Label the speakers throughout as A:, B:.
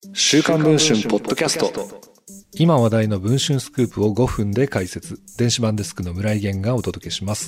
A: 週刊文春ポッドキャスト。
B: 今話題の文春スクープを5分で解説。電子版デスクの村井源がお届けします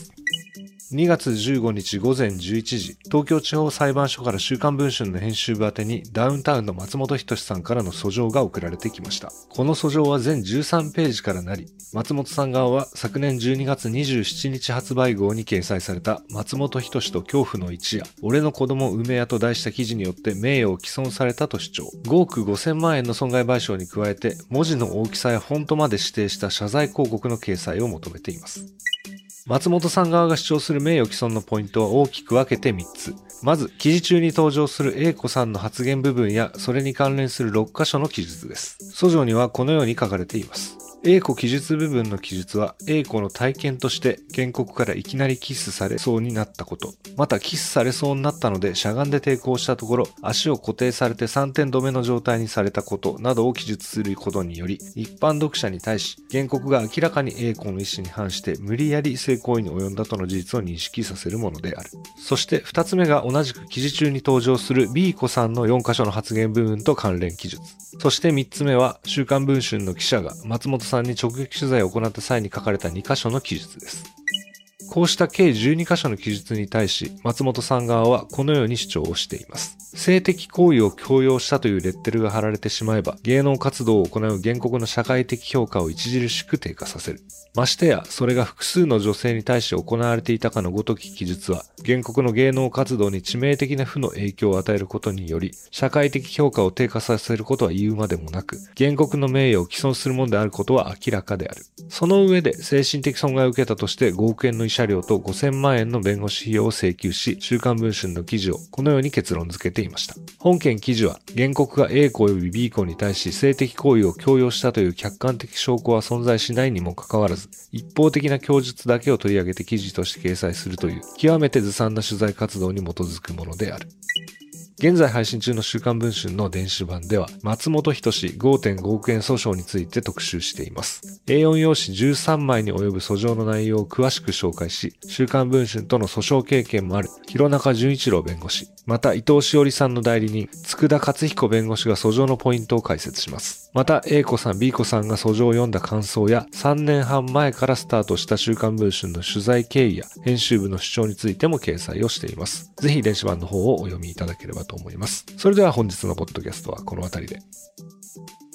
B: 。2月15日午前11時、東京地方裁判所から週刊文春の編集部宛てにダウンタウンの松本人志さんからの訴状が送られてきました。この訴状は全13ページからなり、松本さん側は昨年12月27日発売号に掲載された松本人志と恐怖の一夜、俺の子供梅屋と題した記事によって名誉を毀損されたと主張。5億5000万円の損害賠償に加えて、文字の大きさやフォントまで指定した謝罪広告の掲載を求めています。松本さん側が主張する名誉毀損のポイントは大きく分けて3つ。まず、記事中に登場する A 子さんの発言部分やそれに関連する6箇所の記述です。訴状にはこのように書かれています。A 子記述部分の記述は A 子の体験として原告からいきなりキスされそうになったこと、またキスされそうになったのでしゃがんで抵抗したところ足を固定されて3点止めの状態にされたことなどを記述することにより、一般読者に対し原告が明らかに A 子の意思に反して無理やり性行為に及んだとの事実を認識させるものである。そして2つ目が同じく記事中に登場する B 子さんの4箇所の発言部分と関連記述。そして3つ目は週刊文春の記者が松本さんに直撃取材を行った際に書かれた2箇所の記述です。こうした計12箇所の記述に対し松本さん側はこのように主張をしています。性的行為を強要したというレッテルが貼られてしまえば芸能活動を行う原告の社会的評価を著しく低下させる。ましてやそれが複数の女性に対して行われていたかのごとき記述は原告の芸能活動に致命的な負の影響を与えることにより社会的評価を低下させることは言うまでもなく原告の名誉を毀損するものであることは明らかである。その上で精神的損害を受けたとして5億円の慰謝料と5000万円の弁護士費用を請求し週刊文春の記事をこのように結論付けていました。本件記事は原告が A 子及び B 子に対し性的行為を強要したという客観的証拠は存在しないにもかかわらず一方的な供述だけを取り上げて記事として掲載するという極めてずさんな取材活動に基づくものである。現在配信中の週刊文春の電子版では松本人志 5.5 億円訴訟について特集しています。A4 用紙13枚に及ぶ訴状の内容を詳しく紹介し、週刊文春との訴訟経験もある弘中純一郎弁護士、また伊藤詩織さんの代理人佃勝彦弁護士が訴状のポイントを解説します。また A 子さん B 子さんが訴状を読んだ感想や3年半前からスタートした週刊文春の取材経緯や編集部の主張についても掲載をしています。ぜひ電子版の方をお読みいただければと思います。それでは本日のポッドキャストはこの辺りで。